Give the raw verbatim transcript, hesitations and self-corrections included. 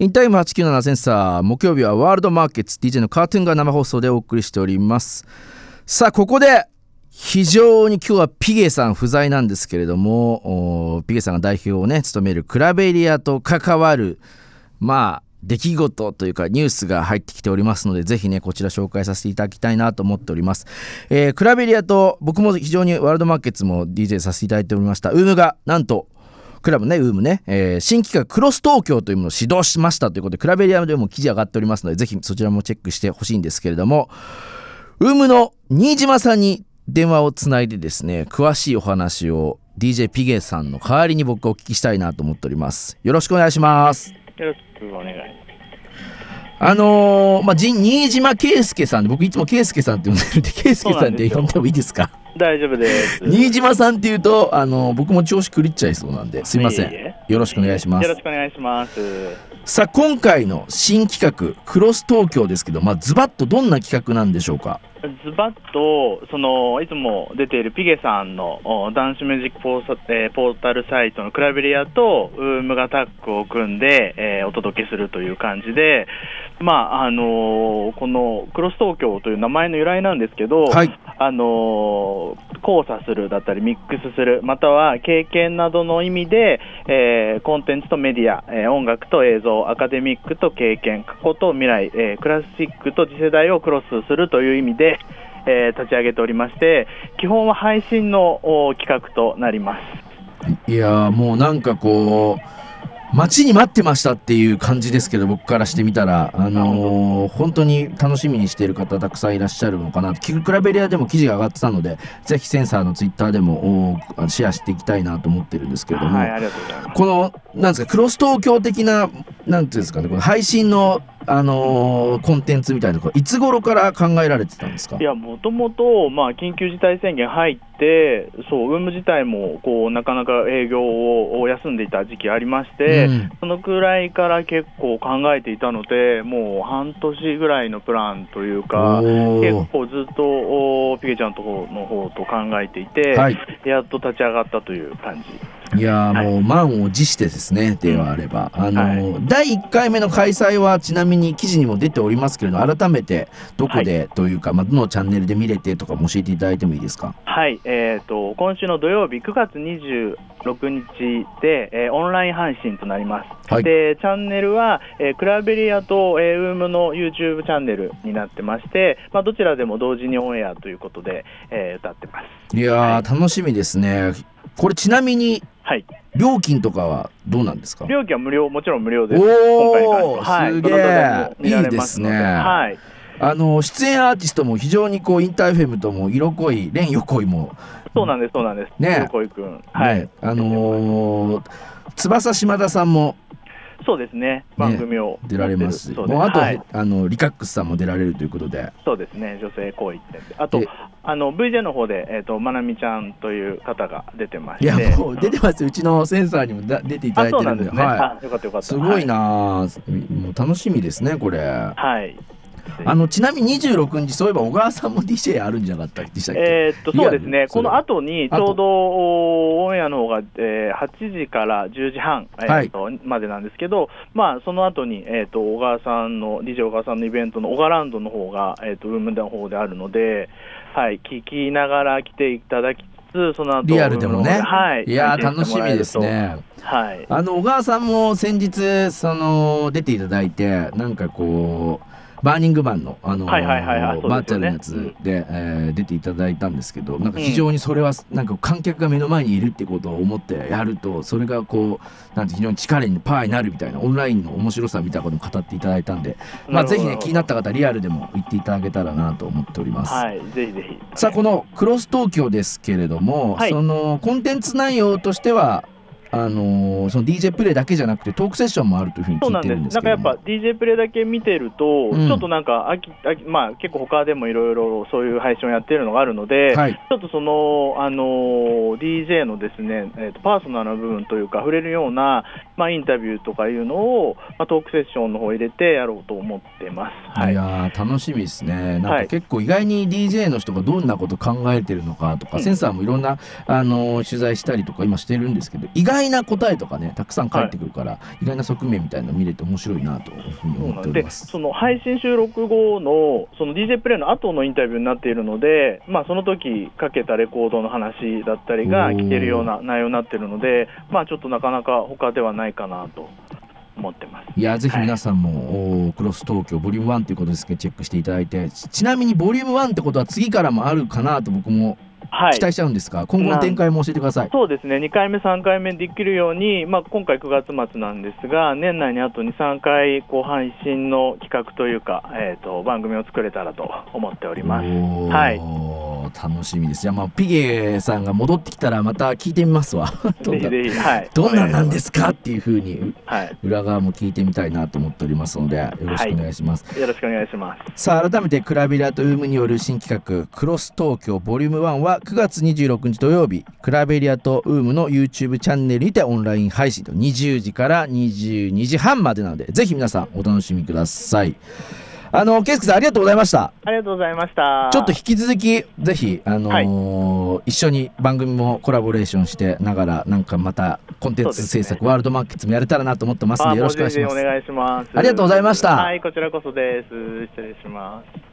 インタイムはちきゅうななセンサー、木曜日はワールドマーケッツ ディージェー のカートゥーンが生放送でお送りしております。さあここで非常に今日はピゲさん不在なんですけれども、ピゲさんが代表をね務めるクラベリアと関わるまあ出来事というかニュースが入ってきておりますので、ぜひねこちら紹介させていただきたいなと思っております。えー、クラベリアと僕も非常にワールドマーケッツも ディージェー させていただいておりましたウームがなんとクラブねウームね、えー、新企画クロス東京というものを指導しましたということで、クラベリアでも記事上がっておりますので、ぜひそちらもチェックしてほしいんですけれども、ウームの新島さんに電話をつないでですね、詳しいお話を ディージェー ピゲさんの代わりに僕お聞きしたいなと思っております。よろしくお願いします。 よろしくお願い。 あのー、まあ、新島圭介さんで、僕いつも圭介さんって呼んでるんで、圭介さんって呼んでもいいですか？ 大丈夫です。 新島さんっていうと、あのー、僕も調子狂っちゃいそうなんで、すいません。いえいえ、よろしくお願いします。 よろしくお願いします。 さあ、今回の新企画、クロス東京ですけど、まあ、ズバッとどんな企画なんでしょうか？ ズバッとそのいつも出ているピゲさんの男子ミュージックポー、えー、ポータルサイトのクラベリアとウームがタッグを組んで、えー、お届けするという感じで、まああのー、このクロス東京という名前の由来なんですけど、はい、あのー、交差するだったりミックスする、または経験などの意味で、えー、コンテンツとメディア、えー、音楽と映像、アカデミックと経験、過去と未来、えー、クラシックと次世代をクロスするという意味でえー、立ち上げておりまして、基本は配信の企画となります。 いやーもうなんかこう待ちに待ってましたっていう感じですけど、僕からしてみたら、あのー、本当に楽しみにしている方たくさんいらっしゃるのかなと。クラベリアでも記事が上がってたので、ぜひセンサーのツイッターでもシェアしていきたいなと思ってるんですけれども、 はい、ありがとうございます。 このなんですか、クロス東京的ななんていうんですかね、この配信のあのー、コンテンツみたいなところ、いつ頃から考えられてたんですか？ いや、もともと、まあ、緊急事態宣言入って、そう、ウーム自体もこうなかなか営業を休んでいた時期ありまして、うん、そのくらいから結構考えていたので、もう半年ぐらいのプランというか、結構ずっとピゲちゃんのところの方と考えていて、はい、やっと立ち上がったという感じ。 いやーもう満を持してですね、ではあれば、あのーはい、だいいっかいめの開催はちなみに記事にも出ておりますけれど、改めてどこでというか、はい、まあ、どのチャンネルで見れてとかも教えていただいてもいいですか？ はい、えーと、今週の土曜日くがつにじゅうろくにちで、えー、オンライン配信となります。はい、でチャンネルは、えー、クラベリアと、えー、ウームの YouTube チャンネルになってまして、まあ、どちらでも同時にオンエアということで、えー、歌ってます。 いやー、はい、楽しみですね。これちなみに、はい、料金とかはどうなんですか？ 料金は無料、もちろん無料です。 おー、はい、すげえ、いいですね。 はい、 あの出演アーティストも非常にこうインターフェムとも色濃い、レン横井もそうなんです、そうなんです。 ね、 横井くん、はい、 ね、あのー、翼島田さんもそうですね、番組を、 ね、出られますし、もうあと、はい、あのリカックスさんも出られるということで、 そうですね、女性行為ってあとあの ブイジェー の方で、えーと、まなみちゃんという方が出てまして、 いやもう出てます、うちのセンサーにもだ出ていただいてるんで、 あ、そうなんですね、はい、よかったよかった、 すごいな、はい、もう楽しみですねこれ。 はい。 あのちなみににじゅうろくにち、そういえば小川さんも ディージェー あるんじゃなかったでしたっけ？ えー、っとそうですね、この後にちょうどオンエアの方が、えー、はちじからじゅうじはん、えー、っと、はい、までなんですけど、まあ、その後に、えー、っと小川さんの ディージェー 小川さんのイベントのオガランドの方が、えー、っとウームの方であるので、はい、聞きながら来ていただきつつ、その後リアルでもね、 はい、 いや楽しみですね。 はい、 あの小川さんも先日その出ていただいて、なんかこうバーニングマンの、あのーはいはいはいはい、バーチャルのやつで、えー、出ていただいたんですけど、なんか非常にそれはなんか観客が目の前にいるってことを思ってやると、それがこうなんて非常に力にパワーになるみたいな、オンラインの面白さみたいなことも語っていただいたんで、まあ、ぜひね気になった方リアルでも行っていただけたらなと思っております。 はい、ぜひぜひ。 さあこのクロス東京ですけれども、はい、そのコンテンツ内容としてはあのー、その ディージェー プレイだけじゃなくてトークセッションもあるというふうに聞いてるんですけど、 なんかやっぱ ディージェー プレイだけ見てると、うん、ちょっとなんか飽き飽き、まあ、結構他でもいろいろそういう配信をやってるのがあるので、はい、ちょっとその、あのー、ディージェー のですね、えーと、パーソナルな部分というか触れるような、まあ、インタビューとかいうのを、まあ、トークセッションの方入れてやろうと思ってます。はい、いや楽しみですね。なんか結構意外に ディージェー の人がどんなこと考えてるのかとか、はい、センサーもいろんな、あのー、取材したりとか今してるんですけど、意外外な答えとかねたくさん返ってくるから、はい、意外な側面みたいなの見れて面白いなというふうに思っております。 その配信収録後のその ディージェー プレイの後のインタビューになっているので、まあ、その時かけたレコードの話だったりが聞けるような内容になっているので、まあ、ちょっとなかなか他ではないかなと思ってます。 いやぜひ皆さんも、はい、クロス東京ボリュームワンということですけどチェックしていただいて、ちなみにボリュームワンってことは次からもあるかなと僕も期待しちゃうんですが、はい、今後の展開も教えてください。 そうですね、にかいめさんかいめできるように、まあ、今回くがつ末なんですが年内にあとにさんかいこう配信の企画というか、えー、と番組を作れたらと思っております。はい、 楽しみです。じゃあ、まあ、ピゲさんが戻ってきたらまた聞いてみますわどんな、 ぜひぜひ、はい、 どんなんなんですかっていうふうに、 はい、 裏側も聞いてみたいなと思っておりますのでよろしくお願いします。 はい、よろしくお願いします。 さあ改めてクラビリアとウームによる新企画クロス東京ボリュームワンはくがつにじゅうろくにち土曜日クラベリアとウームの YouTube チャンネルにてオンライン配信とにじゅうじからにじゅうにじはんまでなのでぜひ皆さんお楽しみください。あのケイスケさんありがとうございました。 ありがとうございました。 ちょっと引き続きぜひ、あのーはい、一緒に番組もコラボレーションしてながらなんかまたコンテンツ制作、ね、ワールドマーケットもやれたらなと思ってますのでよろしくお願いします。 お願いします。 ありがとうございました。 はい、こちらこそです。失礼します。